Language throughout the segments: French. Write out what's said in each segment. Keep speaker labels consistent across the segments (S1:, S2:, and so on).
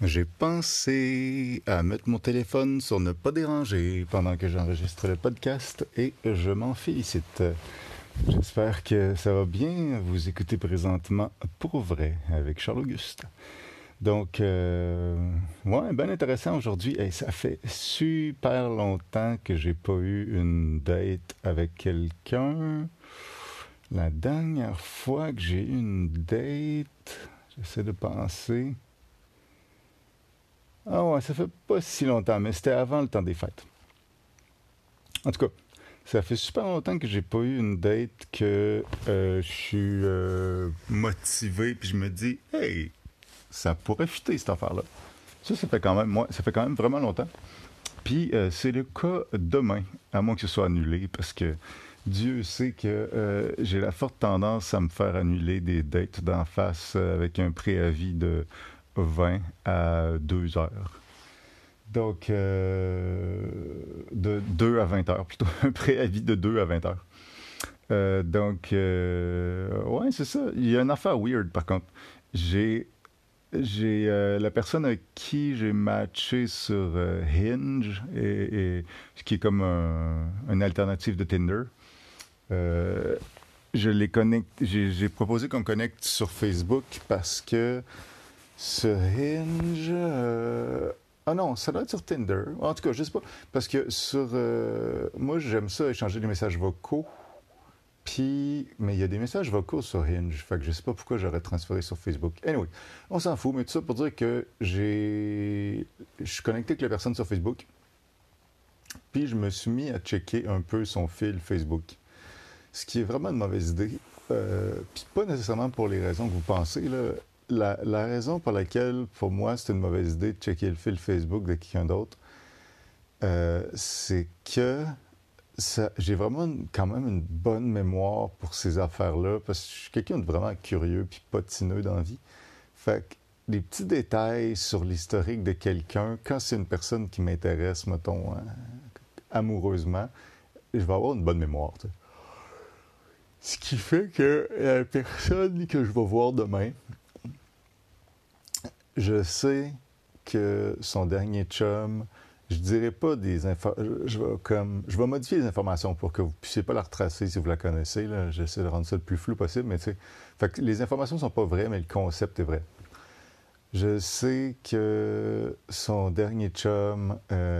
S1: J'ai pensé à mettre mon téléphone sur ne pas déranger pendant que j'enregistre le podcast et je m'en félicite. J'espère que ça va bien. Vous écoutez présentement Pour vrai avec Charles-Auguste. Donc, ouais, bien intéressant aujourd'hui. Hey, ça fait super longtemps que j'ai pas eu une date avec quelqu'un. La dernière fois que j'ai eu une date, j'essaie de penser. Ah ouais, ça fait pas si longtemps, mais c'était avant le temps des fêtes. En tout cas, ça fait super longtemps que j'ai pas eu une date que je suis motivé puis je me dis, hey, ça pourrait fitter cette affaire-là. Ça fait quand même, moi, ça fait quand même vraiment longtemps. Puis c'est le cas demain, à moins que ce soit annulé, parce que Dieu sait que j'ai la forte tendance à me faire annuler des dates d'en face avec un préavis de 20 à 2 heures. Donc, de 2 à 20 heures, plutôt. Un préavis de 2 à 20 heures. Ouais, c'est ça. Il y a une affaire weird, par contre. J'ai, j'ai la personne avec qui j'ai matché sur Hinge, ce qui est comme une alternative de Tinder. Euh, je les connecte, j'ai proposé qu'on connecte sur Facebook parce que sur Hinge. Ah non, ça doit être sur Tinder. En tout cas, je sais pas. Parce que sur. Moi, j'aime ça, échanger des messages vocaux. Puis. Mais il y a des messages vocaux sur Hinge. Fait que je sais pas pourquoi j'aurais transféré sur Facebook. Anyway, on s'en fout. Mais tout ça pour dire que j'ai. Je suis connecté avec la personne sur Facebook. Puis je me suis mis à checker un peu son fil Facebook. Ce qui est vraiment une mauvaise idée. Puis pas nécessairement pour les raisons que vous pensez, là. La raison pour laquelle, pour moi, c'est une mauvaise idée de checker le fil Facebook de quelqu'un d'autre, c'est que j'ai vraiment quand même une bonne mémoire pour ces affaires-là, parce que je suis quelqu'un de vraiment curieux puis patineux dans la vie. Fait que les petits détails sur l'historique de quelqu'un, quand c'est une personne qui m'intéresse, mettons, amoureusement, je vais avoir une bonne mémoire. T'sais. Ce qui fait que la personne que je vais voir demain, je sais que son dernier chum, je dirais pas des infos, je vais modifier les informations pour que vous puissiez pas la retracer si vous la connaissez. Là. J'essaie de rendre ça le plus flou possible, mais tu sais, fait que les informations sont pas vraies, mais le concept est vrai. Je sais que son dernier chum,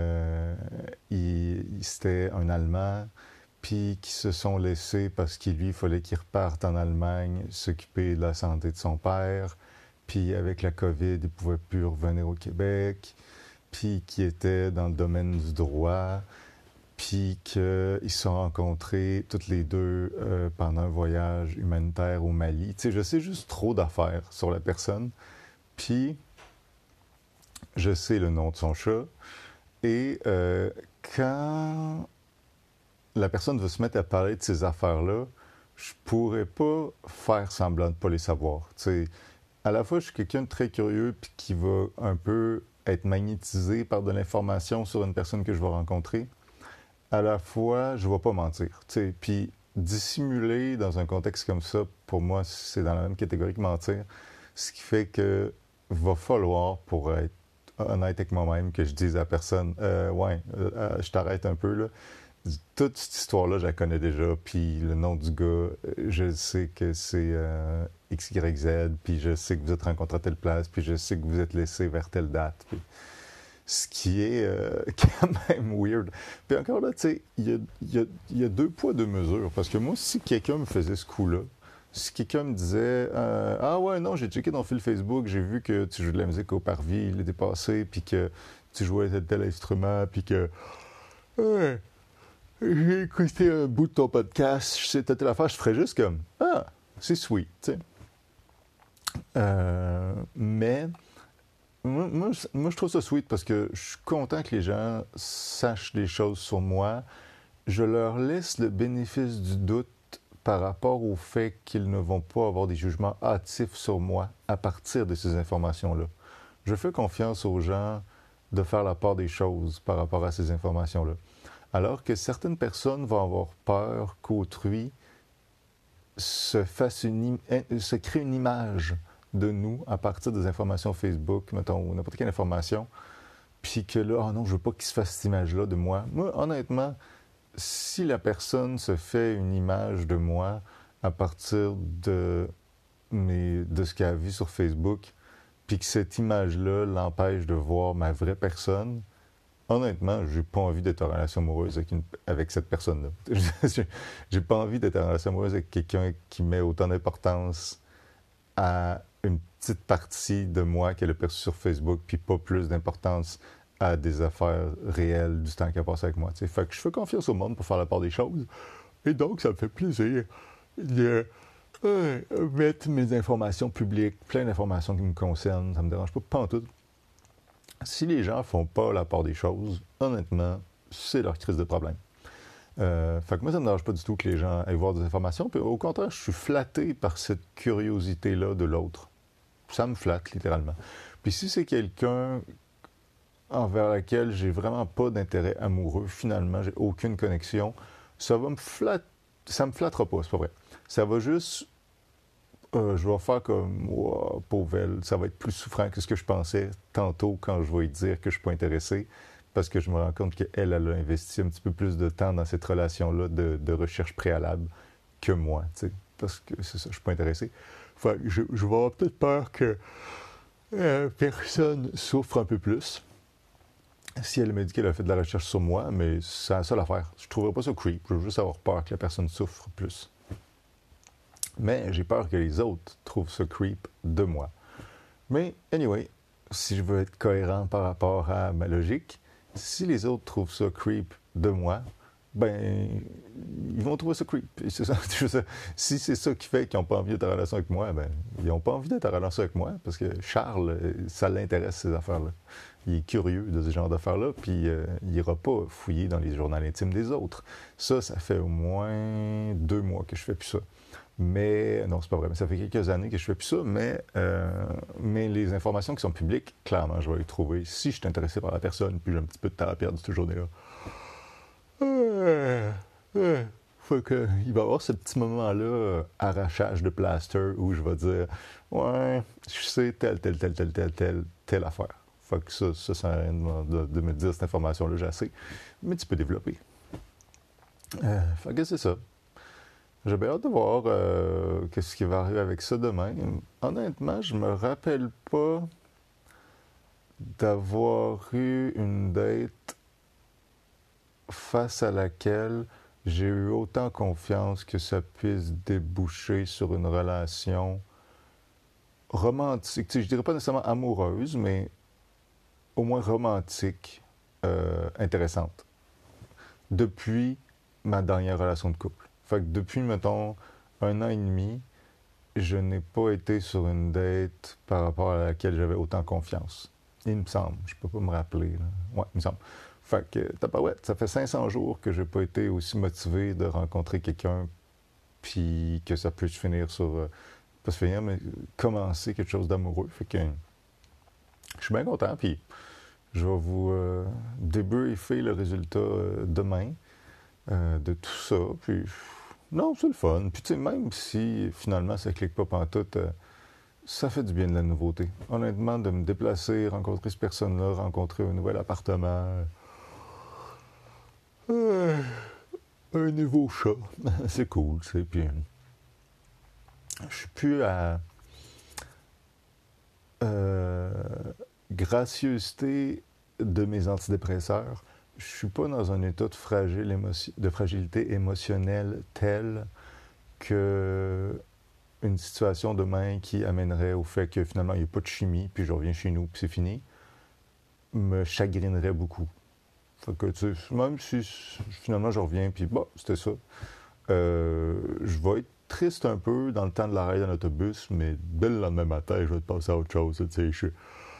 S1: c'était un Allemand, puis qu'ils se sont laissés parce qu'il lui, il fallait qu'il reparte en Allemagne, s'occuper de la santé de son père. Puis avec la COVID, ils ne pouvaient plus revenir au Québec, puis qui étaient dans le domaine du droit, puis qu'ils se sont rencontrés toutes les deux pendant un voyage humanitaire au Mali. Tu sais, je sais juste trop d'affaires sur la personne, puis je sais le nom de son chat, et quand la personne veut se mettre à parler de ces affaires-là, je pourrais pas faire semblant de ne pas les savoir. Tu sais, à la fois, je suis quelqu'un de très curieux puis qui va un peu être magnétisé par de l'information sur une personne que je vais rencontrer. À la fois, je ne vais pas mentir. T'sais. Puis dissimuler dans un contexte comme ça, pour moi, c'est dans la même catégorie que mentir. Ce qui fait que va falloir, pour être honnête avec moi-même, que je dise à la personne, je t'arrête un peu là. Toute cette histoire-là, je la connais déjà, puis le nom du gars, je sais que c'est XYZ, puis je sais que vous êtes rencontrés à telle place, puis je sais que vous êtes laissés vers telle date. Puis ce qui est quand même weird. Puis encore là, tu sais, il y a deux poids, deux mesures, parce que moi, si quelqu'un me faisait ce coup-là, si quelqu'un me disait ah ouais, non, j'ai checké ton fil Facebook, j'ai vu que tu joues de la musique au parvis l'été passé, puis que tu jouais tel instrument, puis que... Ouais, j'ai écouté un bout de ton podcast, je sais telle affaire, je ferais juste comme ah, c'est sweet, tu sais. Mais moi, je trouve ça sweet parce que je suis content que les gens sachent des choses sur moi. Je leur laisse le bénéfice du doute par rapport au fait qu'ils ne vont pas avoir des jugements hâtifs sur moi à partir de ces informations-là. Je fais confiance aux gens de faire la part des choses par rapport à ces informations-là. Alors que certaines personnes vont avoir peur qu'autrui se crée une image de nous à partir des informations Facebook, mettons, ou n'importe quelle information, puis que là, oh non, je veux pas qu'il se fasse cette image-là de moi. Moi, honnêtement, si la personne se fait une image de moi à partir de ce qu'elle a vu sur Facebook, puis que cette image-là l'empêche de voir ma vraie personne, honnêtement, j'ai pas envie d'être en relation amoureuse avec cette personne-là. J'ai pas envie d'être en relation amoureuse avec quelqu'un qui met autant d'importance à une petite partie de moi qu'elle a perçue sur Facebook, puis pas plus d'importance à des affaires réelles du temps qu'elle passe avec moi. T'sais. Fait que je fais confiance au monde pour faire la part des choses. Et donc, ça me fait plaisir de mettre mes informations publiques, plein d'informations qui me concernent. Ça me dérange pas en tout. Si les gens font pas la part des choses, honnêtement, c'est leur crise de problème. Fait que moi, ça ne me dérange pas du tout que les gens aillent voir des informations. Puis au contraire, je suis flatté par cette curiosité-là de l'autre. Ça me flatte, littéralement. Puis si c'est quelqu'un envers lequel j'ai vraiment pas d'intérêt amoureux, finalement, j'ai aucune connexion, ça va me flatter. Ça me flattera pas, c'est pas vrai. Ça va juste... je vais faire comme, wow, pauvre elle, ça va être plus souffrant que ce que je pensais tantôt quand je vais lui dire que je suis pas intéressé, parce que je me rends compte qu'elle, elle a investi un petit peu plus de temps dans cette relation-là de recherche préalable que moi, tu sais, parce que c'est ça, je suis pas intéressé. Enfin, je vais avoir peut-être peur que personne souffre un peu plus si elle me dit qu'elle a fait de la recherche sur moi, mais c'est la seule affaire. Je trouverais pas ça creep, je veux juste avoir peur que la personne souffre plus. Mais j'ai peur que les autres trouvent ça creep de moi. Mais, anyway, si je veux être cohérent par rapport à ma logique, si les autres trouvent ça creep de moi, ben, ils vont trouver ça creep. C'est ça, si c'est ça qui fait qu'ils n'ont pas envie d'être en relation avec moi, ben, ils n'ont pas envie d'être en relation avec moi, parce que Charles, ça l'intéresse, ces affaires-là. Il est curieux de ce genre d'affaires-là, puis il n'ira pas fouiller dans les journaux intimes des autres. Ça fait au moins 2 mois que je fais plus ça. Mais, non, c'est pas vrai, mais ça fait quelques années que je fais plus ça, mais les informations qui sont publiques, clairement, je vais les trouver si je suis intéressé par la personne, puis j'ai un petit peu de temps à perdre cette journée-là. Faut que, il va y avoir ce petit moment-là, arrachage de plaster, où je vais dire, ouais, je sais telle affaire. Faut que ça sert à rien de me dire cette information-là, j'ai assez. Mais tu peux développer. Fait que c'est ça. J'ai bien hâte de voir qu'est-ce qui va arriver avec ça demain. Honnêtement, je me rappelle pas d'avoir eu une date face à laquelle j'ai eu autant confiance que ça puisse déboucher sur une relation romantique. Tu sais, je dirais pas nécessairement amoureuse, mais au moins romantique, intéressante. Depuis ma dernière relation de couple. Fait que depuis, mettons, 1 an et demi, je n'ai pas été sur une date par rapport à laquelle j'avais autant confiance. Il me semble. Je peux pas me rappeler. Là. Ouais, il me semble. Fait que, tabarouette, ça fait 500 jours que j'ai pas été aussi motivé de rencontrer quelqu'un, puis que ça puisse finir sur... pas se finir, mais commencer quelque chose d'amoureux. Fait que je suis bien content, puis je vais vous débriefer le résultat demain de tout ça, puis... Non, c'est le fun. Puis tu sais, même si finalement ça clique pas pantoute, ça fait du bien de la nouveauté. Honnêtement, de me déplacer, rencontrer cette personne-là, rencontrer un nouvel appartement, un nouveau chat, c'est cool, tu sais. Puis je suis plus à gracieuseté de mes antidépresseurs. Je suis pas dans un état de fragilité émotionnelle tel que une situation demain qui amènerait au fait que finalement il n'y a pas de chimie, puis je reviens chez nous, puis c'est fini, me chagrinerait beaucoup. Fait que, tu sais, même si finalement je reviens, puis bon, c'était ça, je vais être triste un peu dans le temps de l'arrêt d'un autobus, mais dès le lendemain matin, je vais passer à autre chose, tu sais,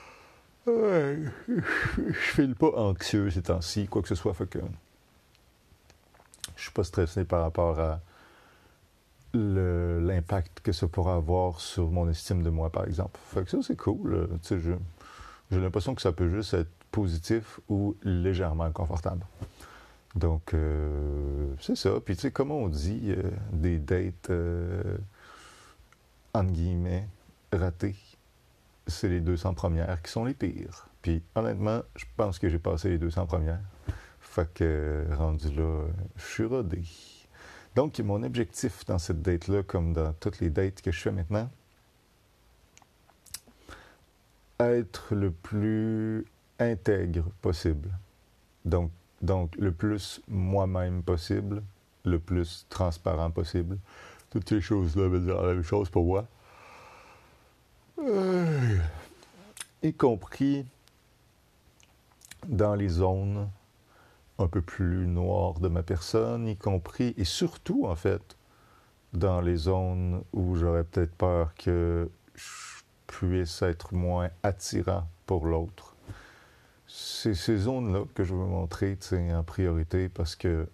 S1: je file pas anxieux ces temps-ci, quoi que ce soit, fait que je suis pas stressé par rapport à l'impact que ça pourra avoir sur mon estime de moi, par exemple. Fait que ça, c'est cool. Tu sais, j'ai l'impression que ça peut juste être positif ou légèrement inconfortable. Donc, c'est ça. Puis, tu sais, comme on dit, des dates, entre guillemets, ratés, c'est les 200 premières qui sont les pires. Puis honnêtement, je pense que j'ai passé les 200 premières. Fait que rendu là, je suis rodé. Donc mon objectif dans cette date-là, comme dans toutes les dates que je fais maintenant, être le plus intègre possible. Donc le plus moi-même possible, le plus transparent possible. Toutes ces choses-là veulent dire la même chose pour moi. Y compris dans les zones un peu plus noires de ma personne, y compris et surtout, en fait, dans les zones où j'aurais peut-être peur que je puisse être moins attirant pour l'autre. C'est ces zones-là que je veux montrer en priorité parce que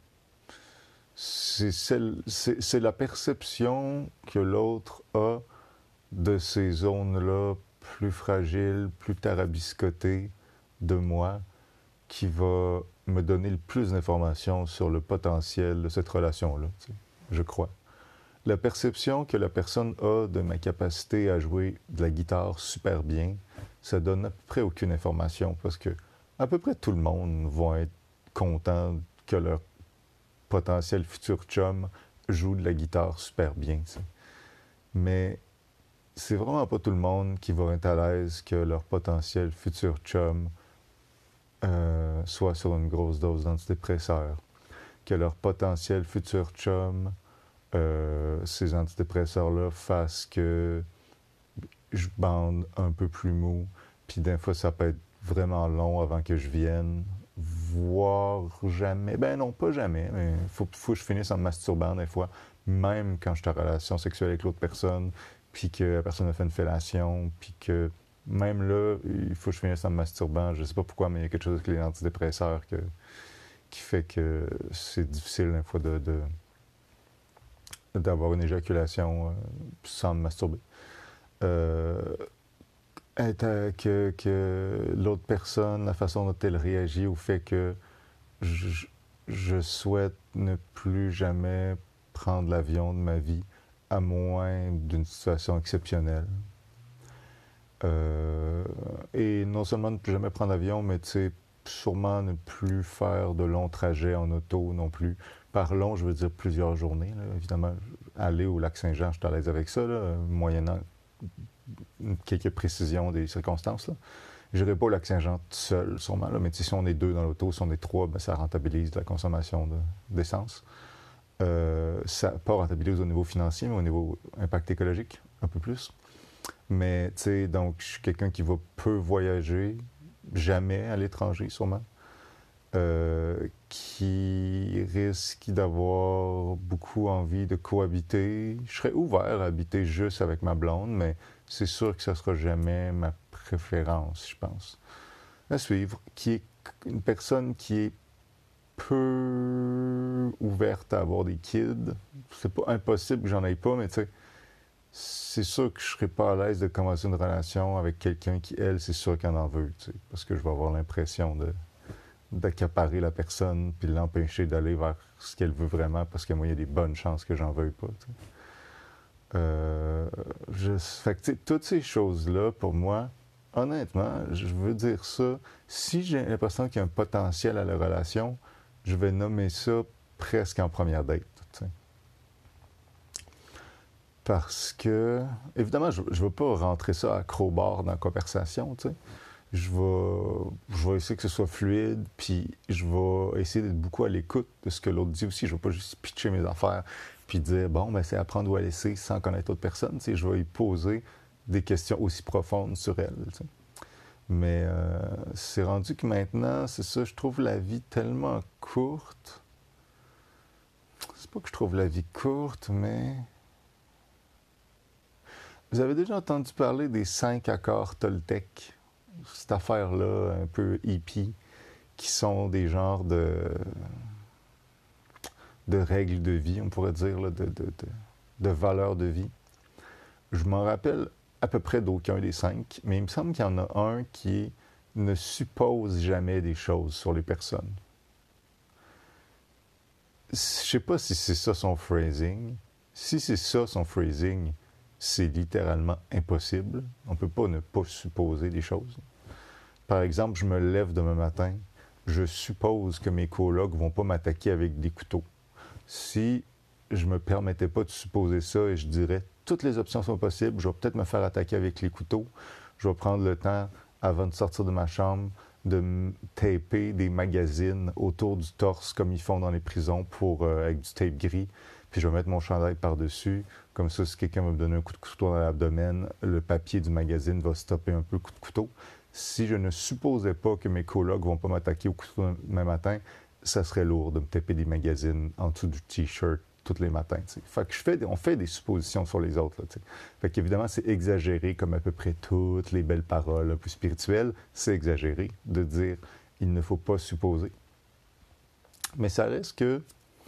S1: c'est la perception que l'autre a de ces zones-là plus fragiles, plus tarabiscotées de moi, qui va me donner le plus d'informations sur le potentiel de cette relation-là, je crois. La perception que la personne a de ma capacité à jouer de la guitare super bien, ça donne à peu près aucune information parce que à peu près tout le monde va être content que leur potentiel futur chum joue de la guitare super bien. T'sais. Mais c'est vraiment pas tout le monde qui va être à l'aise que leur potentiel futur chum soit sur une grosse dose d'antidépresseurs, que leur potentiel futur chum, ces antidépresseurs-là, fassent que je bande un peu plus mou, puis des fois ça peut être vraiment long avant que je vienne, voire jamais, ben non, pas jamais, mais faut que je finisse en me masturbant des fois, même quand je suis en relation sexuelle avec l'autre personne, puis que la personne a fait une fellation, puis que même là, il faut que je finisse en me masturbant. Je sais pas pourquoi, mais il y a quelque chose avec les antidépresseurs qui fait que c'est difficile des fois d'avoir une éjaculation sans me masturber. Que l'autre personne, la façon dont elle réagit au fait que je souhaite ne plus jamais prendre l'avion de ma vie, à moins d'une situation exceptionnelle. Et non seulement ne plus jamais prendre l'avion, mais tu sais, sûrement ne plus faire de longs trajets en auto non plus. Par long, je veux dire plusieurs journées. Là. Évidemment, aller au lac Saint-Jean, je suis à l'aise avec ça, là, moyennant quelques précisions des circonstances. Je n'irai pas au lac Saint-Jean tout seul, sûrement, là, mais si on est deux dans l'auto, si on est trois, ben, ça rentabilise la consommation d'essence. Ça pas rentabilise au niveau financier, mais au niveau impact écologique, un peu plus. Mais, tu sais, donc, je suis quelqu'un qui va peu voyager, jamais à l'étranger, sûrement. Qui risque d'avoir beaucoup envie de cohabiter. Je serais ouvert à habiter juste avec ma blonde, mais c'est sûr que ça ne sera jamais ma préférence, je pense. À suivre, qui est une personne qui est peu ouverte à avoir des kids. C'est pas impossible que j'en aie pas, mais tu sais, c'est sûr que je serais pas à l'aise de commencer une relation avec quelqu'un qui, elle, c'est sûr qu'elle en veut, tu sais, parce que je vais avoir l'impression d'accaparer la personne puis l'empêcher d'aller vers ce qu'elle veut vraiment parce que moi, il y a des bonnes chances que j'en veuille pas. Fait que, toutes ces choses-là, pour moi, honnêtement, je veux dire ça, si j'ai l'impression qu'il y a un potentiel à la relation, je vais nommer ça presque en première date. T'sais. Parce que, évidemment, je ne veux pas rentrer ça à crowbar dans la conversation, tu sais. Je vais essayer que ce soit fluide, puis je vais essayer d'être beaucoup à l'écoute de ce que l'autre dit aussi. Je ne vais pas juste pitcher mes affaires, puis dire, bon, ben, c'est à prendre ou à laisser sans connaître l'autre personne. Tu sais, je vais y poser des questions aussi profondes sur elle. Tu sais. Mais c'est rendu que maintenant, c'est ça, je trouve la vie tellement courte. C'est pas que je trouve la vie courte, mais... Vous avez déjà entendu parler des 5 accords Toltec? Cette affaire-là, un peu hippie, qui sont des genres de règles de vie, on pourrait dire, là, de valeurs de vie. Je m'en rappelle à peu près d'aucun des 5, mais il me semble qu'il y en a un qui ne suppose jamais des choses sur les personnes. Je sais pas si c'est ça son phrasing. Si c'est ça son phrasing, c'est littéralement impossible. On ne peut pas ne pas supposer des choses. Par exemple, je me lève demain matin, je suppose que mes colocs ne vont pas m'attaquer avec des couteaux. Si je ne me permettais pas de supposer ça et je dirais toutes les options sont possibles, je vais peut-être me faire attaquer avec les couteaux, je vais prendre le temps, avant de sortir de ma chambre, de me taper des magazines autour du torse comme ils font dans les prisons avec du tape gris, puis je vais mettre mon chandail par-dessus. Comme ça, si quelqu'un va me donner un coup de couteau dans l'abdomen, le papier du magazine va stopper un peu le coup de couteau. Si je ne supposais pas que mes colocs ne vont pas m'attaquer au couteau demain matin, ça serait lourd de me taper des magazines en dessous du T-shirt tous les matins. T'sais. Fait que on fait des suppositions sur les autres. Là, fait qu'évidemment, c'est exagéré comme à peu près toutes les belles paroles un peu spirituelles. C'est exagéré de dire il ne faut pas supposer. Mais ça reste que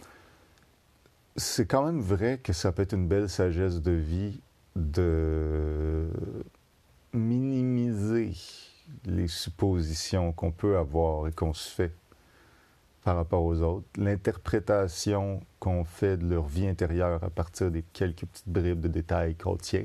S1: c'est quand même vrai que ça peut être une belle sagesse de vie de minimiser les suppositions qu'on peut avoir et qu'on se fait par rapport aux autres, l'interprétation qu'on fait de leur vie intérieure à partir des quelques petites bribes de détails qu'on tient.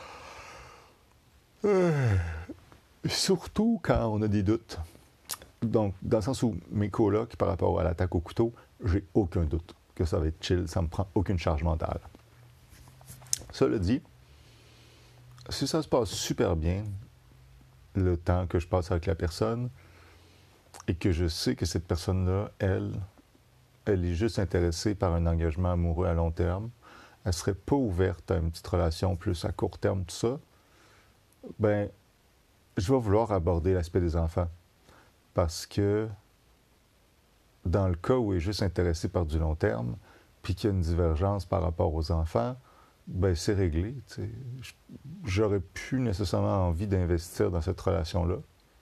S1: Surtout quand on a des doutes. Donc, dans le sens où mes colocs, par rapport à l'attaque au couteau, j'ai aucun doute que ça va être chill, ça me prend aucune charge mentale. Cela dit, si ça se passe super bien, le temps que je passe avec la personne, et que je sais que cette personne-là, elle est juste intéressée par un engagement amoureux à long terme, elle serait pas ouverte à une petite relation plus à court terme, tout ça, ben, je vais vouloir aborder l'aspect des enfants. Parce que dans le cas où elle est juste intéressée par du long terme, puis qu'il y a une divergence par rapport aux enfants, ben c'est réglé. T'sais. J'aurais plus nécessairement envie d'investir dans cette relation-là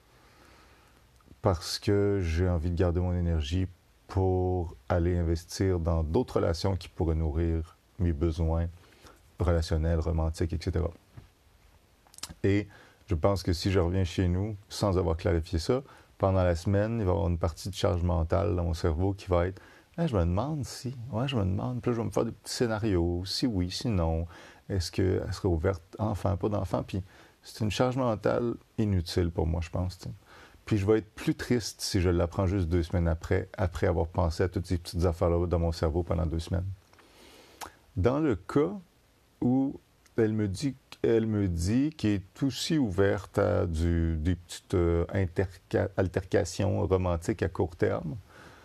S1: parce que j'ai envie de garder mon énergie pour aller investir dans d'autres relations qui pourraient nourrir mes besoins relationnels, romantiques, etc. Et je pense que si je reviens chez nous sans avoir clarifié ça, pendant la semaine, il va y avoir une partie de charge mentale dans mon cerveau qui va être hey, je me demande si, ouais, je me demande, puis là, je vais me faire des petits scénarios, si oui, si non, est-ce qu'elle serait ouverte, enfant, pas d'enfant, puis c'est une charge mentale inutile pour moi, je pense. T'sais. Puis je vais être plus triste si je l'apprends juste 2 semaines après avoir pensé à toutes ces petites affaires-là dans mon cerveau pendant 2 semaines. Dans le cas où elle me dit qu'elle est aussi ouverte à des petites altercations romantiques à court terme,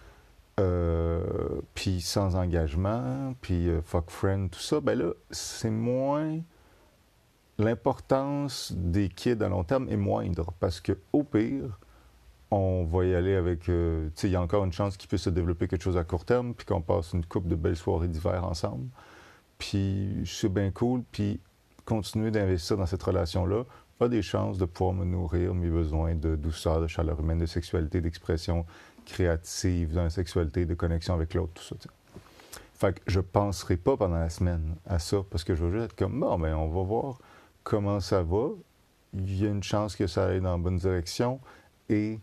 S1: puis sans engagement, puis fuck friend, tout ça, ben là, c'est moins... L'importance des kids à long terme est moindre, parce qu'au pire, on va y aller avec... tu sais, il y a encore une chance qu'il puisse se développer quelque chose à court terme, puis qu'on passe une couple de belles soirées d'hiver ensemble. Puis c'est bien cool, puis continuer d'investir dans cette relation-là a des chances de pouvoir me nourrir mes besoins de douceur, de chaleur humaine, de sexualité, d'expression créative dans la sexualité, de connexion avec l'autre, tout ça. T'sais. Fait que je penserai pas pendant la semaine à ça, parce que je vais juste être comme, bon, ben on va voir comment ça va. Il y a une chance que ça aille dans la bonne direction, et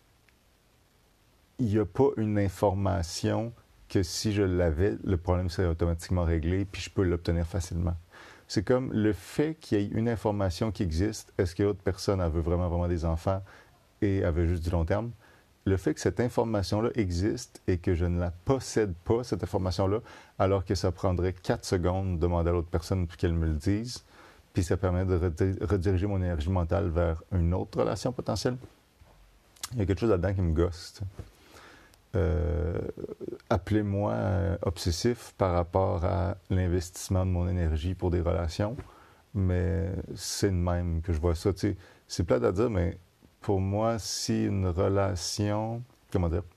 S1: il n'y a pas une information que si je l'avais, le problème serait automatiquement réglé, puis je peux l'obtenir facilement. C'est comme le fait qu'il y ait une information qui existe, est-ce que l'autre personne elle veut vraiment des enfants et elle veut juste du long terme? Le fait que cette information-là existe et que je ne la possède pas, cette information-là, alors que ça prendrait 4 secondes de demander à l'autre personne pour qu'elle me le dise, puis ça permet de rediriger mon énergie mentale vers une autre relation potentielle. Il y a quelque chose là-dedans qui me gosse. T'sais. Appelez-moi obsessif par rapport à l'investissement de mon énergie pour des relations, mais c'est de même que je vois ça. T'sais, c'est plate à dire, mais pour moi, si une relation... Comment dire?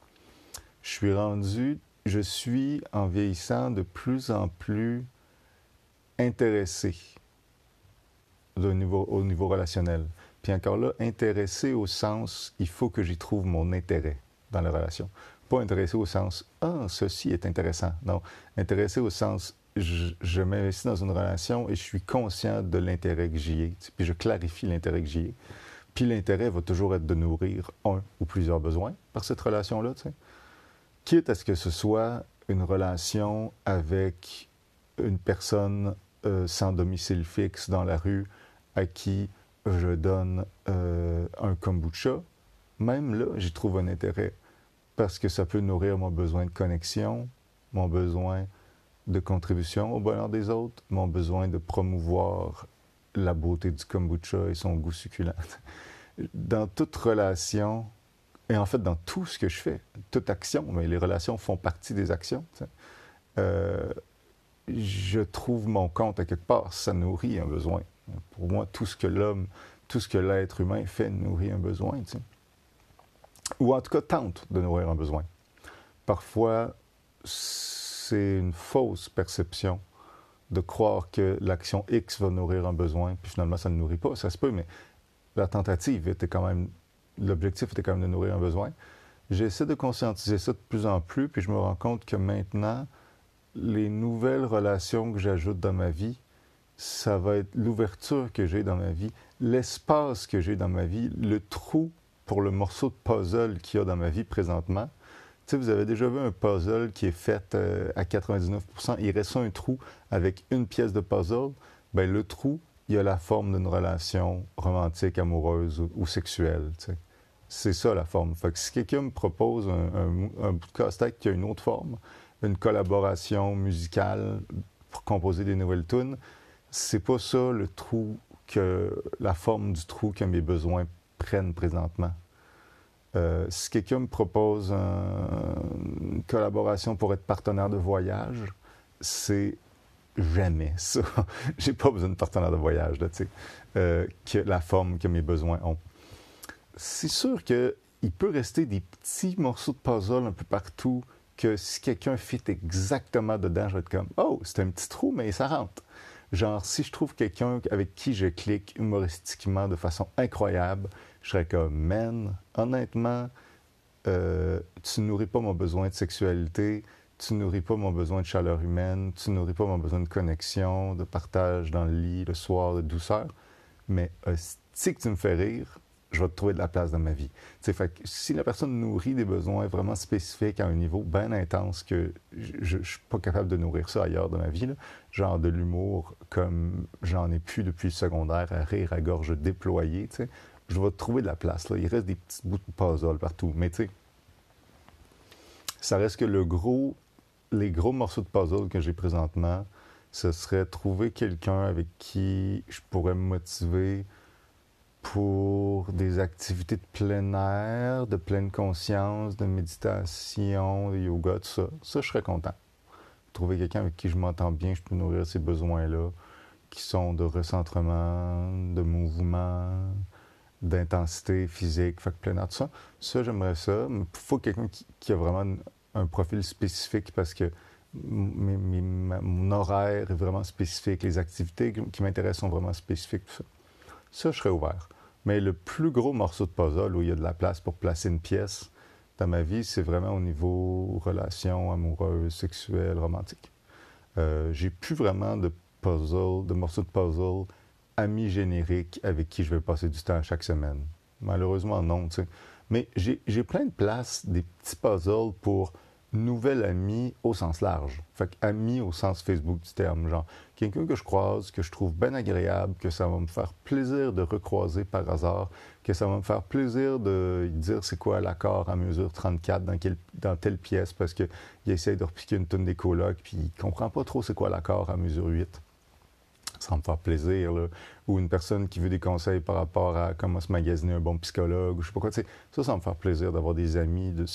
S1: Je suis en vieillissant de plus en plus intéressé au niveau relationnel. Puis encore là, intéressé au sens, il faut que j'y trouve mon intérêt dans la relation. Pas intéressé au sens « Ah, ceci est intéressant ». Non, intéressé au sens « Je m'investis dans une relation et je suis conscient de l'intérêt que j'y ai ». Puis je clarifie l'intérêt que j'y ai. Puis l'intérêt va toujours être de nourrir un ou plusieurs besoins par cette relation-là. T'sais. Quitte à ce que ce soit une relation avec une personne sans domicile fixe dans la rue à qui je donne un kombucha, même là, j'y trouve un intérêt parce que ça peut nourrir mon besoin de connexion, mon besoin de contribution au bonheur des autres, mon besoin de promouvoir la beauté du kombucha et son goût succulent. Dans toute relation, et en fait dans tout ce que je fais, toute action, mais les relations font partie des actions, je trouve mon compte à quelque part, ça nourrit un besoin. Pour moi, tout ce que l'être humain fait nourrit un besoin, ou en tout cas tente de nourrir un besoin. Parfois, c'est une fausse perception de croire que l'action X va nourrir un besoin, puis finalement, ça ne nourrit pas. Ça se peut, mais la tentative était quand même, l'objectif était quand même de nourrir un besoin. J'essaie de conscientiser ça de plus en plus, puis je me rends compte que maintenant, les nouvelles relations que j'ajoute dans ma vie, ça va être l'ouverture que j'ai dans ma vie, l'espace que j'ai dans ma vie, le trou pour le morceau de puzzle qu'il y a dans ma vie présentement. Tu sais, vous avez déjà vu un puzzle qui est fait à 99%, il reste un trou avec une pièce de puzzle. Bien, le trou, il a la forme d'une relation romantique, amoureuse ou sexuelle. Tu sais. C'est ça la forme. Fait que si quelqu'un me propose un bout de casse-tête qui a une autre forme, une collaboration musicale pour composer des nouvelles tunes, c'est pas ça le trou la forme du trou que mes besoins prennent présentement. Si quelqu'un me propose une collaboration pour être partenaire de voyage, c'est jamais ça. J'ai pas besoin de partenaire de voyage, là, tu sais, que la forme que mes besoins ont. C'est sûr qu'il peut rester des petits morceaux de puzzle un peu partout que si quelqu'un fit exactement dedans, je vais être comme « Oh, c'est un petit trou, mais ça rentre ». Genre, si je trouve quelqu'un avec qui je clique humoristiquement de façon incroyable, je serais comme « Man, honnêtement, tu nourris pas mon besoin de sexualité, tu nourris pas mon besoin de chaleur humaine, tu nourris pas mon besoin de connexion, de partage dans le lit le soir, de douceur, mais si que tu me fais rire, je vais te trouver de la place dans ma vie. T'sais, fait que si la personne nourrit des besoins vraiment spécifiques à un niveau bien intense que je ne suis pas capable de nourrir ça ailleurs dans ma vie, là, genre de l'humour comme j'en ai plus depuis le secondaire, à rire à gorge déployée, je vais te trouver de la place. Là. Il reste des petits bouts de puzzle partout. Mais tu sais, ça reste que les gros morceaux de puzzle que j'ai présentement, ce serait trouver quelqu'un avec qui je pourrais me motiver pour des activités de plein air, de pleine conscience, de méditation, de yoga, tout ça. Ça, je serais content. Trouver quelqu'un avec qui je m'entends bien, je peux nourrir ces besoins-là, qui sont de recentrement, de mouvement, d'intensité physique, fait que plein air, tout ça. Ça, j'aimerais ça. Mais il faut quelqu'un qui a vraiment un profil spécifique parce que mon horaire est vraiment spécifique, les activités qui m'intéressent sont vraiment spécifiques, tout ça. Ça, je serais ouvert. Mais le plus gros morceau de puzzle où il y a de la place pour placer une pièce dans ma vie, c'est vraiment au niveau relations amoureuses, sexuelles, romantiques. J'ai plus vraiment de puzzle, de morceaux de puzzle amis génériques avec qui je vais passer du temps chaque semaine. Malheureusement, non, tu sais. Mais j'ai plein de place, des petits puzzles pour nouvel ami au sens large. Fait que ami au sens Facebook du terme, genre quelqu'un que je croise, que je trouve bien agréable, que ça va me faire plaisir de recroiser par hasard, que ça va me faire plaisir de dire c'est quoi l'accord à mesure 34 dans telle pièce parce qu'il essaie de repiquer une tonne des colocs puis il comprend pas trop c'est quoi l'accord à mesure 8. Ça va me faire plaisir, là. Ou une personne qui veut des conseils par rapport à comment se magasiner un bon psychologue, ou je sais pas quoi. Tu sais, ça va me faire plaisir d'avoir des amis de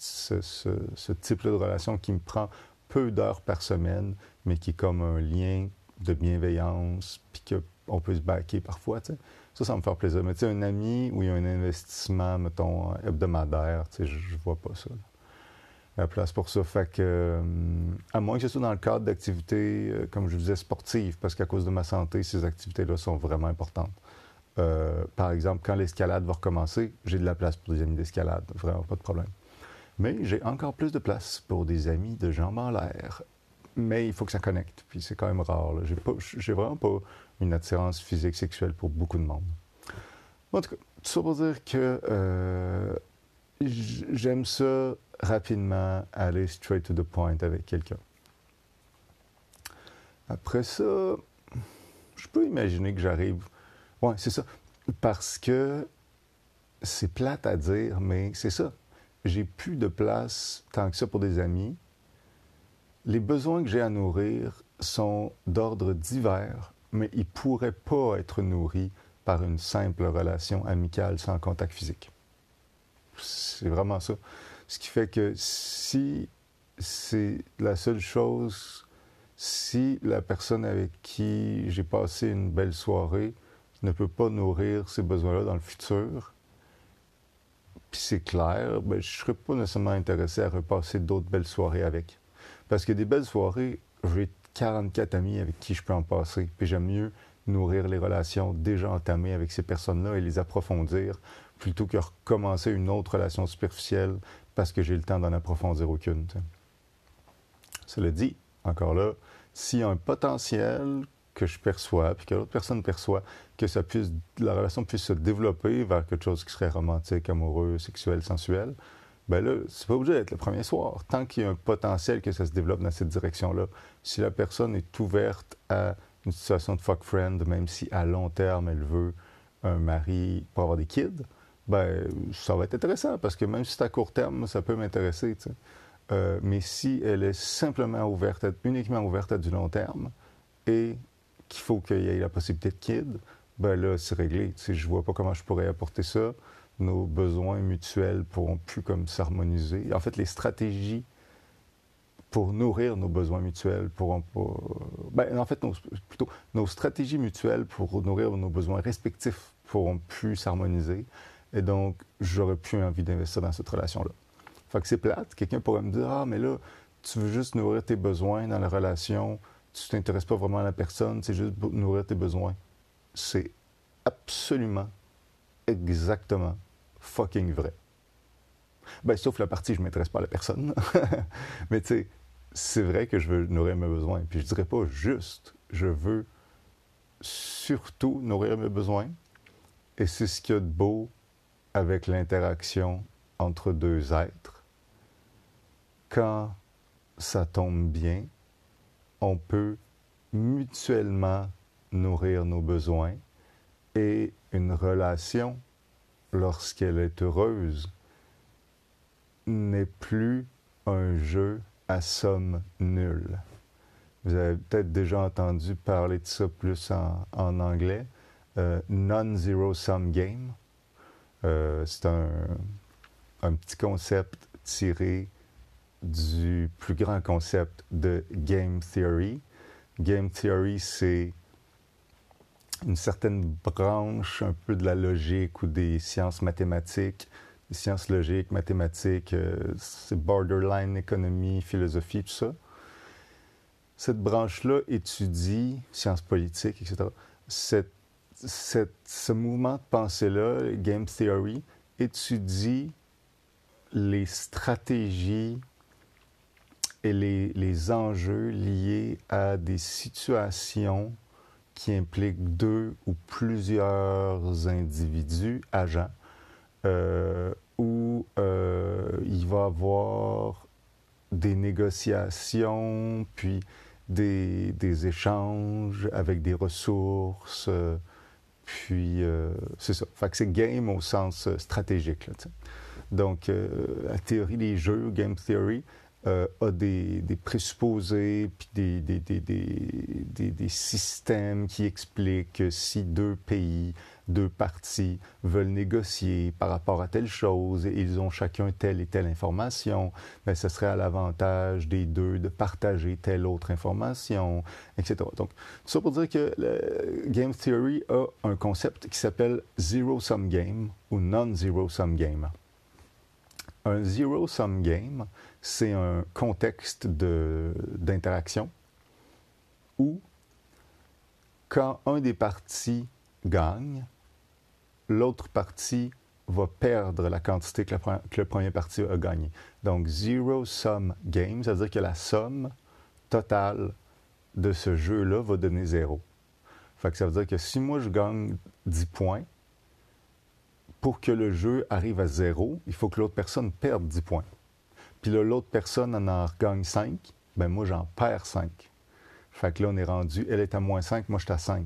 S1: ce type-là de relation qui me prend peu d'heures par semaine, mais qui est comme un lien de bienveillance, puis qu'on peut se baquer parfois, tu sais. Ça va me faire plaisir. Mais tu sais, un ami où il y a un investissement, mettons, hebdomadaire, tu sais, je vois pas ça, là. La place pour ça. Fait que, à moins que ce soit dans le cadre d'activités, comme je vous disais, sportives, parce qu'à cause de ma santé, ces activités-là sont vraiment importantes. Par exemple, quand l'escalade va recommencer, j'ai de la place pour des amis d'escalade, vraiment pas de problème. Mais j'ai encore plus de place pour des amis de jambes en l'air. Mais il faut que ça connecte, puis c'est quand même rare. Là. J'ai vraiment pas une attirance physique, sexuelle pour beaucoup de monde. En tout cas, tout ça pour dire que j'aime ça rapidement aller straight to the point avec quelqu'un. Après ça, je peux imaginer que j'arrive... Ouais, c'est ça. Parce que c'est plate à dire, mais c'est ça. J'ai plus de place tant que ça pour des amis. Les besoins que j'ai à nourrir sont d'ordre divers, mais ils ne pourraient pas être nourris par une simple relation amicale sans contact physique. C'est vraiment ça. Ce qui fait que si c'est la seule chose, si la personne avec qui j'ai passé une belle soirée ne peut pas nourrir ces besoins-là dans le futur, puis c'est clair, ben, je ne serais pas nécessairement intéressé à repasser d'autres belles soirées avec. Parce que des belles soirées, j'ai 44 amis avec qui je peux en passer. Puis j'aime mieux nourrir les relations déjà entamées avec ces personnes-là et les approfondir plutôt que recommencer une autre relation superficielle parce que j'ai le temps d'en approfondir aucune. T'sais. Cela dit, encore là, s'il y a un potentiel que je perçois, puis que l'autre personne perçoit, que la relation puisse se développer vers quelque chose qui serait romantique, amoureux, sexuel, sensuel, ben là, c'est pas obligé d'être le premier soir. Tant qu'il y a un potentiel que ça se développe dans cette direction-là, si la personne est ouverte à une situation de fuck friend, même si à long terme, elle veut un mari pour avoir des kids, ben ça va être intéressant, parce que même si c'est à court terme, ça peut m'intéresser, tu sais. Mais si elle est simplement ouverte, uniquement ouverte à du long terme, et qu'il faut qu'il y ait la possibilité de kid, ben là, c'est réglé. Tu sais, je vois pas comment je pourrais apporter ça. Nos besoins mutuels pourront plus comme s'harmoniser. En fait, les stratégies pour nourrir nos besoins mutuels pourront pas... Ben, en fait, plutôt, nos stratégies mutuelles pour nourrir nos besoins respectifs pourront plus s'harmoniser. Et donc, j'aurais plus envie d'investir dans cette relation-là. Fait que c'est plate. Quelqu'un pourrait me dire « Ah, mais là, tu veux juste nourrir tes besoins dans la relation, tu t'intéresses pas vraiment à la personne, c'est juste nourrir tes besoins. » C'est absolument, exactement, fucking vrai. Ben, sauf la partie « je m'intéresse pas à la personne ». Mais tu sais, c'est vrai que je veux nourrir mes besoins. Puis je dirais pas juste, je veux surtout nourrir mes besoins. Et c'est ce qu'il y a de beau avec l'interaction entre deux êtres. Quand ça tombe bien, on peut mutuellement nourrir nos besoins et une relation, lorsqu'elle est heureuse, n'est plus un jeu à somme nulle. Vous avez peut-être déjà entendu parler de ça plus en anglais. Non-zero sum game. C'est un petit concept tiré du plus grand concept de Game Theory. Game Theory, c'est une certaine branche un peu de la logique ou des sciences mathématiques, des sciences logiques, mathématiques, c'est borderline économie, philosophie, tout ça. Cette branche-là étudie, sciences politiques, etc., ce mouvement de pensée-là, Game Theory, étudie les stratégies et les enjeux liés à des situations qui impliquent deux ou plusieurs individus, agents, où il va y avoir des négociations, puis des échanges avec des ressources, puis c'est ça. Fait que c'est game au sens stratégique, là, t'sais. Donc, la théorie des jeux, Game Theory, a des présupposés, puis des systèmes qui expliquent que si deux pays, deux parties veulent négocier par rapport à telle chose et ils ont chacun telle et telle information, bien, ce serait à l'avantage des deux de partager telle autre information, etc. Donc, tout ça pour dire que le Game Theory a un concept qui s'appelle Zero-Sum Game ou Non-Zero-Sum Game. Un zero-sum game, c'est un contexte d'interaction où, quand un des parties gagne, l'autre partie va perdre la quantité que le premier parti a gagné. Donc, zero-sum game, ça veut dire que la somme totale de ce jeu-là va donner 0. Fait que ça veut dire que si moi je gagne 10 points, pour que le jeu arrive à 0, il faut que l'autre personne perde 10 points. Puis là, l'autre personne en gagne 5, ben moi, j'en perds 5. Fait que là, on est rendu, elle est à moins 5, moi, je suis à 5.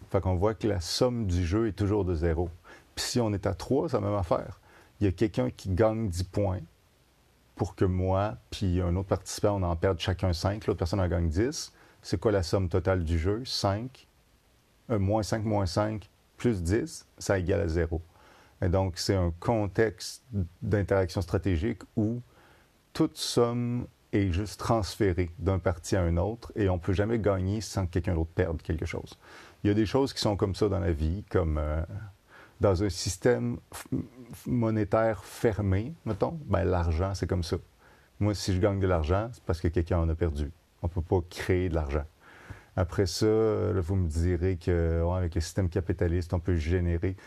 S1: Fait qu'on voit que la somme du jeu est toujours de 0. Puis si on est à 3, c'est la même affaire. Il y a quelqu'un qui gagne 10 points pour que moi, puis un autre participant, on en perde chacun 5. L'autre personne en gagne 10. C'est quoi la somme totale du jeu? 5. Moins 5 plus 10, ça égale à 0. Et donc, c'est un contexte d'interaction stratégique où toute somme est juste transférée d'un parti à un autre et on ne peut jamais gagner sans que quelqu'un d'autre perde quelque chose. Il y a des choses qui sont comme ça dans la vie, comme dans un système monétaire fermé, mettons, ben, l'argent, c'est comme ça. Moi, si je gagne de l'argent, c'est parce que quelqu'un en a perdu. On ne peut pas créer de l'argent. Après ça, là, vous me direz que ouais, avec le système capitaliste, on peut générer.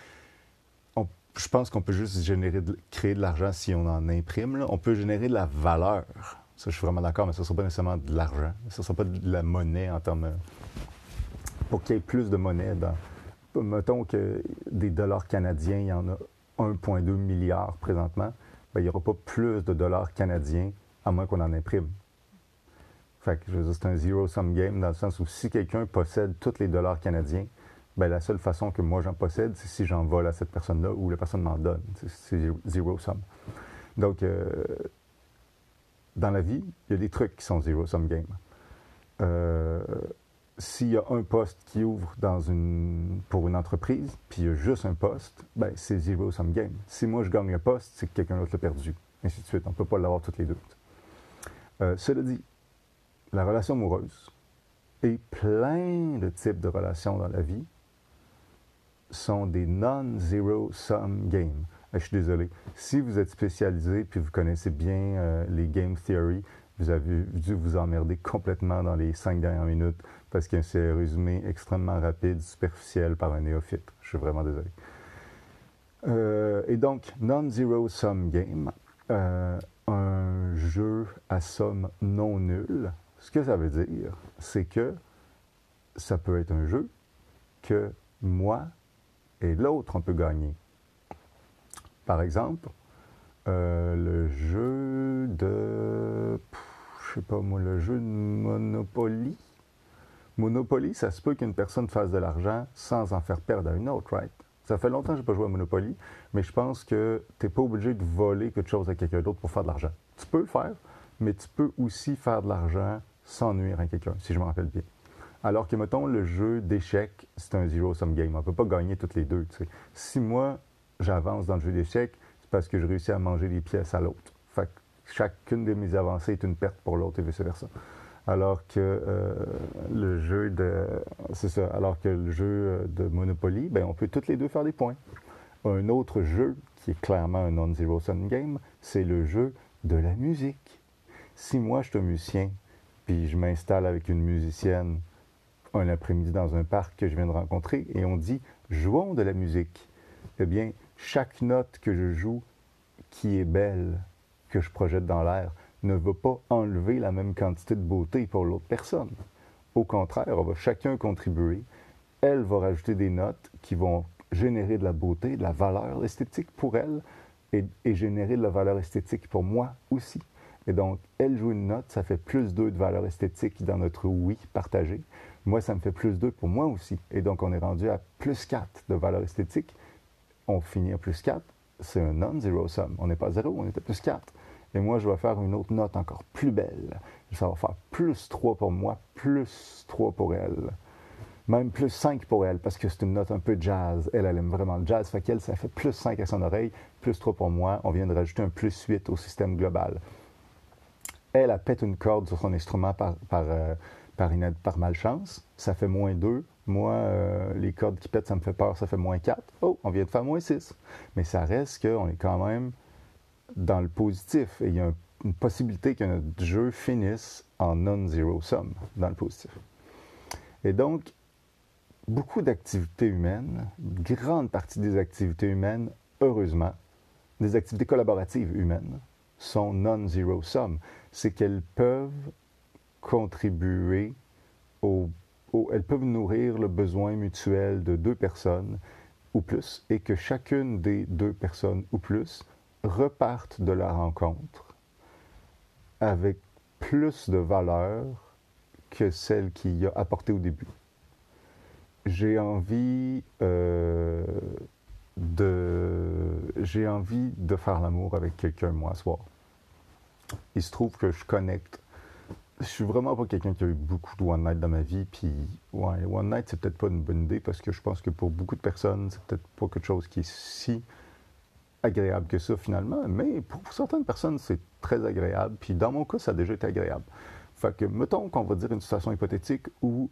S1: Je pense qu'on peut juste créer de l'argent si on en imprime. Là. On peut générer de la valeur. Ça, je suis vraiment d'accord, mais ça ne sera pas nécessairement de l'argent. Ça ne sera pas de la monnaie en termes. Pour qu'il y ait plus de monnaie dans. Mettons que des dollars canadiens, il y en a 1,2 milliard présentement. Bien, il n'y aura pas plus de dollars canadiens à moins qu'on en imprime. Fait que, je veux dire, c'est un zero-sum game dans le sens où si quelqu'un possède tous les dollars canadiens, bien, la seule façon que moi j'en possède, c'est si j'en vole à cette personne-là ou la personne m'en donne. C'est zero-sum. Donc, dans la vie, il y a des trucs qui sont zero-sum game. S'il y a un poste qui ouvre pour une entreprise, puis il y a juste un poste, bien, c'est zero-sum game. Si moi je gagne le poste, c'est que quelqu'un d'autre l'a perdu. Ainsi de suite. On ne peut pas l'avoir toutes les deux. Cela dit, la relation amoureuse et plein de types de relations dans la vie sont des non-zero-sum games. Je suis désolé. Si vous êtes spécialisé puis vous connaissez bien les game theory, vous avez dû vous emmerder complètement dans les 5 dernières minutes parce que c'est un résumé extrêmement rapide, superficiel par un néophyte. Je suis vraiment désolé. Et donc, non-zero-sum game, un jeu à somme non nulle. Ce que ça veut dire, c'est que ça peut être un jeu que moi et l'autre, on peut gagner. Par exemple, le jeu de... je sais pas moi, le jeu de Monopoly. Monopoly, ça se peut qu'une personne fasse de l'argent sans en faire perdre à une autre, right? Ça fait longtemps que je n'ai pas joué à Monopoly, mais je pense que tu n'es pas obligé de voler quelque chose à quelqu'un d'autre pour faire de l'argent. Tu peux le faire, mais tu peux aussi faire de l'argent sans nuire à quelqu'un, si je me rappelle bien. Alors que, mettons, le jeu d'échecs, c'est un zero-sum game. On ne peut pas gagner toutes les deux. Tu sais. Si moi, j'avance dans le jeu d'échecs, c'est parce que je réussis à manger les pièces à l'autre. Fait que chacune de mes avancées est une perte pour l'autre et vice-versa. Alors que le jeu de... C'est ça. Alors que le jeu de Monopoly, bien, on peut toutes les deux faire des points. Un autre jeu qui est clairement un non-zero-sum game, c'est le jeu de la musique. Si moi, je suis un musicien, puis je m'installe avec une musicienne un après-midi dans un parc que je viens de rencontrer, et on dit « jouons de la musique », eh bien, chaque note que je joue qui est belle, que je projette dans l'air, ne va pas enlever la même quantité de beauté pour l'autre personne. Au contraire, on va chacun contribuer. Elle va rajouter des notes qui vont générer de la beauté, de la valeur esthétique pour elle et générer de la valeur esthétique pour moi aussi. Et donc, elle joue une note, ça fait plus 2 de valeur esthétique dans notre oui partagé. Moi, ça me fait plus 2 pour moi aussi. Et donc, on est rendu à plus 4 de valeur esthétique. On finit à plus 4. C'est un non-zero-sum. On n'est pas à 0, on est à plus 4. Et moi, je vais faire une autre note encore plus belle. Ça va faire plus 3 pour moi, plus 3 pour elle. Même plus 5 pour elle, parce que c'est une note un peu jazz. Elle aime vraiment le jazz. Fait qu'elle, ça fait plus 5 à son oreille, plus 3 pour moi. On vient de rajouter un plus 8 au système global. Elle pète une corde sur son instrument par malchance. Ça fait moins 2. Moi, les cordes qui pètent, ça me fait peur, ça fait moins 4. Oh, on vient de faire moins 6. Mais ça reste qu'on est quand même dans le positif. Et il y a une possibilité que notre jeu finisse en non-zero-sum, dans le positif. Et donc, beaucoup d'activités humaines, une grande partie des activités humaines, heureusement, des activités collaboratives humaines, sont non-zero-sum. C'est qu'elles peuvent contribuer elles peuvent nourrir le besoin mutuel de 2 personnes ou plus, et que chacune des 2 personnes ou plus repartent de la rencontre avec plus de valeur que celle qu'il y a apportée au début. j'ai envie j'ai envie de faire l'amour avec quelqu'un, moi, ce soir. Il se trouve que je connecte. Je suis vraiment pas quelqu'un qui a eu beaucoup de one night dans ma vie, puis ouais, one night, c'est peut-être pas une bonne idée, parce que je pense que pour beaucoup de personnes, c'est peut-être pas quelque chose qui est si agréable que ça, finalement, mais pour certaines personnes, c'est très agréable, puis dans mon cas, ça a déjà été agréable. Fait que, mettons qu'on va dire une situation hypothétique où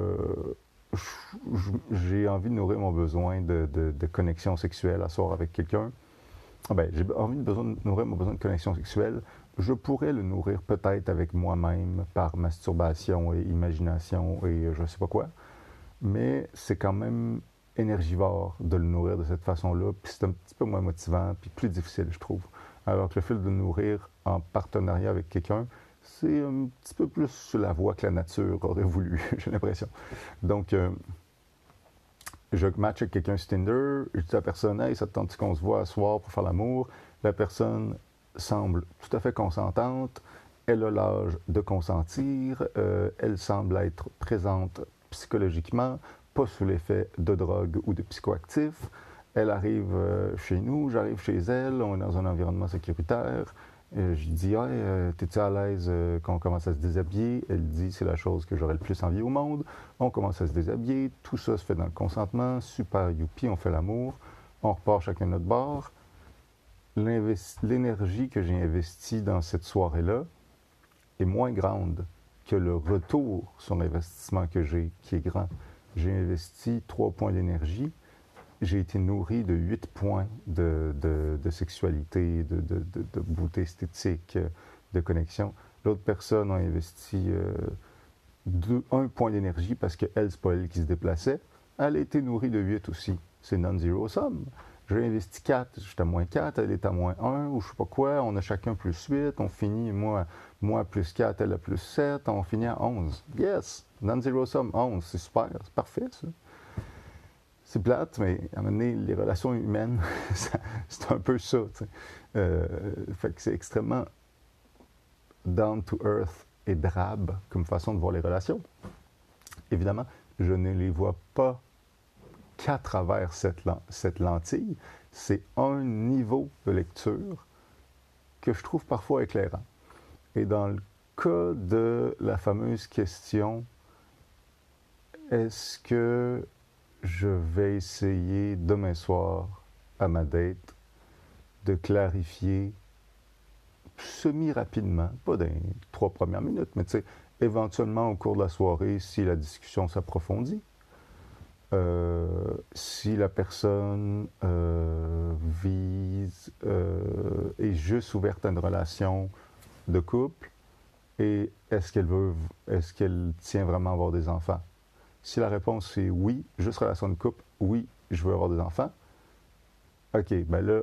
S1: j'ai envie de nourrir mon besoin de connexion sexuelle à soir avec quelqu'un. Ah ben, j'ai envie de nourrir mon besoin de connexion sexuelle. Je pourrais le nourrir peut-être avec moi-même par masturbation et imagination et je sais pas quoi. Mais c'est quand même énergivore de le nourrir de cette façon-là. Puis c'est un petit peu moins motivant, puis plus difficile, je trouve. Alors que le fait de le nourrir en partenariat avec quelqu'un, c'est un petit peu plus sur la voie que la nature aurait voulu, j'ai l'impression. Donc, je match avec quelqu'un sur Tinder, je dis à la personne, hey, ça te tente qu'on se voit à soir pour faire l'amour? La personne semble tout à fait consentante, elle a l'âge de consentir, elle semble être présente psychologiquement, pas sous l'effet de drogue ou de psychoactifs. Elle arrive chez nous, j'arrive chez elle, on est dans un environnement sécuritaire. Je lui dis, hey, t'es-tu à l'aise quand on commence à se déshabiller? Elle dit, c'est la chose que j'aurais le plus envie au monde. On commence à se déshabiller, tout ça se fait dans le consentement, super youpi, on fait l'amour, on repart chacun de notre bord. L'énergie que j'ai investie dans cette soirée-là est moins grande que le retour sur l'investissement que j'ai, qui est grand. J'ai investi 3 points d'énergie, j'ai été nourri de 8 points de sexualité, de beauté esthétique, de connexion. L'autre personne a investi 1 point d'énergie parce qu'elle, c'est pas elle qui se déplaçait. Elle a été nourrie de 8 aussi. C'est non-zero sum. J'ai investi 4, j'étais à moins 4, elle est à moins 1, ou je sais pas quoi. On a chacun plus 8, on finit, moi plus 4, elle a plus 7, on finit à 11. Yes! Non-zero sum, 11, c'est super, c'est parfait ça. C'est plate, mais à un moment donné, les relations humaines, c'est un peu ça. Fait que c'est extrêmement down to earth et drabe comme façon de voir les relations. Évidemment, je ne les vois pas qu'à travers cette lentille. C'est un niveau de lecture que je trouve parfois éclairant. Et dans le cas de la fameuse question, est-ce que je vais essayer demain soir à ma date de clarifier semi-rapidement, pas dans les 3 premières minutes, mais tu sais, éventuellement au cours de la soirée, si la discussion s'approfondit, si la personne est juste ouverte à une relation de couple, et est-ce qu'elle tient vraiment à avoir des enfants? Si la réponse est oui, juste relation de couple, oui, je veux avoir des enfants, OK, ben là,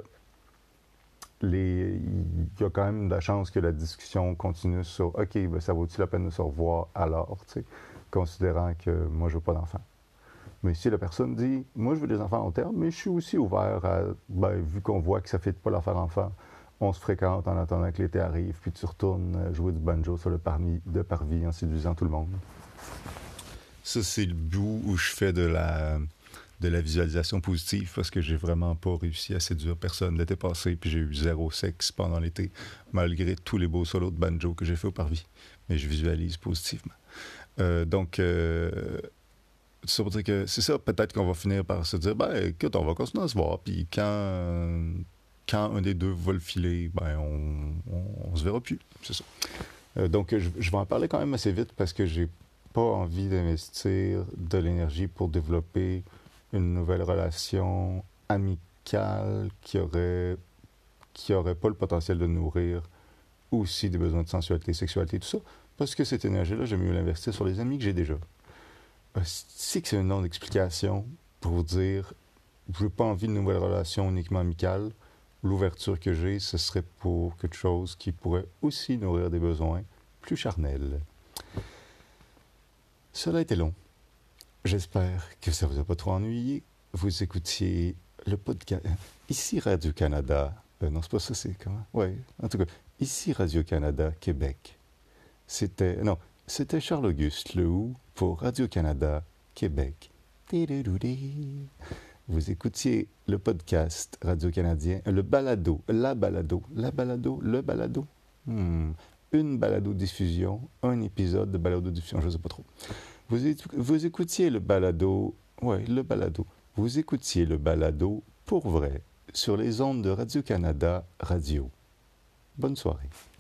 S1: il y a quand même de la chance que la discussion continue sur OK, ben ça vaut-il la peine de se revoir alors, tu sais, considérant que moi, je veux pas d'enfants. Mais si la personne dit moi, je veux des enfants à long terme, mais je suis aussi ouvert à, ben, vu qu'on voit que ça ne fait pas leur faire enfant, on se fréquente en attendant que l'été arrive, puis tu retournes jouer du banjo sur le parvis en séduisant tout le monde. Ça, c'est le bout où je fais de la visualisation positive parce que j'ai vraiment pas réussi à séduire personne l'été passé, puis j'ai eu 0 sexe pendant l'été, malgré tous les beaux solos de banjo que j'ai fait au parvis. Mais je visualise positivement. Donc, ça veut dire que c'est ça, peut-être qu'on va finir par se dire, ben écoute, on va continuer à se voir, puis quand un des deux va le filer, ben on se verra plus, c'est ça. Donc, je vais en parler quand même assez vite parce que j'ai pas envie d'investir de l'énergie pour développer une nouvelle relation amicale qui aurait pas le potentiel de nourrir aussi des besoins de sensualité, sexualité, tout ça, parce que cette énergie-là, j'aime mieux l'investir sur les amis que j'ai déjà. C'est que c'est une non-explication pour dire je n'ai pas envie de nouvelle relation uniquement amicale. L'ouverture que j'ai, ce serait pour quelque chose qui pourrait aussi nourrir des besoins plus charnels. Cela a été long. J'espère que ça ne vous a pas trop ennuyé. Vous écoutiez le podcast. Ici Radio-Canada. Non, c'est pas ça, c'est comment? Oui, en tout cas, ici Radio-Canada, Québec. C'était Charles-Auguste Lehoux pour Radio-Canada, Québec. Vous écoutiez le podcast radio-canadien, le balado, la balado, le balado. Une balado-diffusion, un épisode de balado-diffusion, je ne sais pas trop. Vous écoutiez le balado, le balado. Vous écoutiez le balado pour vrai sur les ondes de Radio-Canada Radio. Bonne soirée.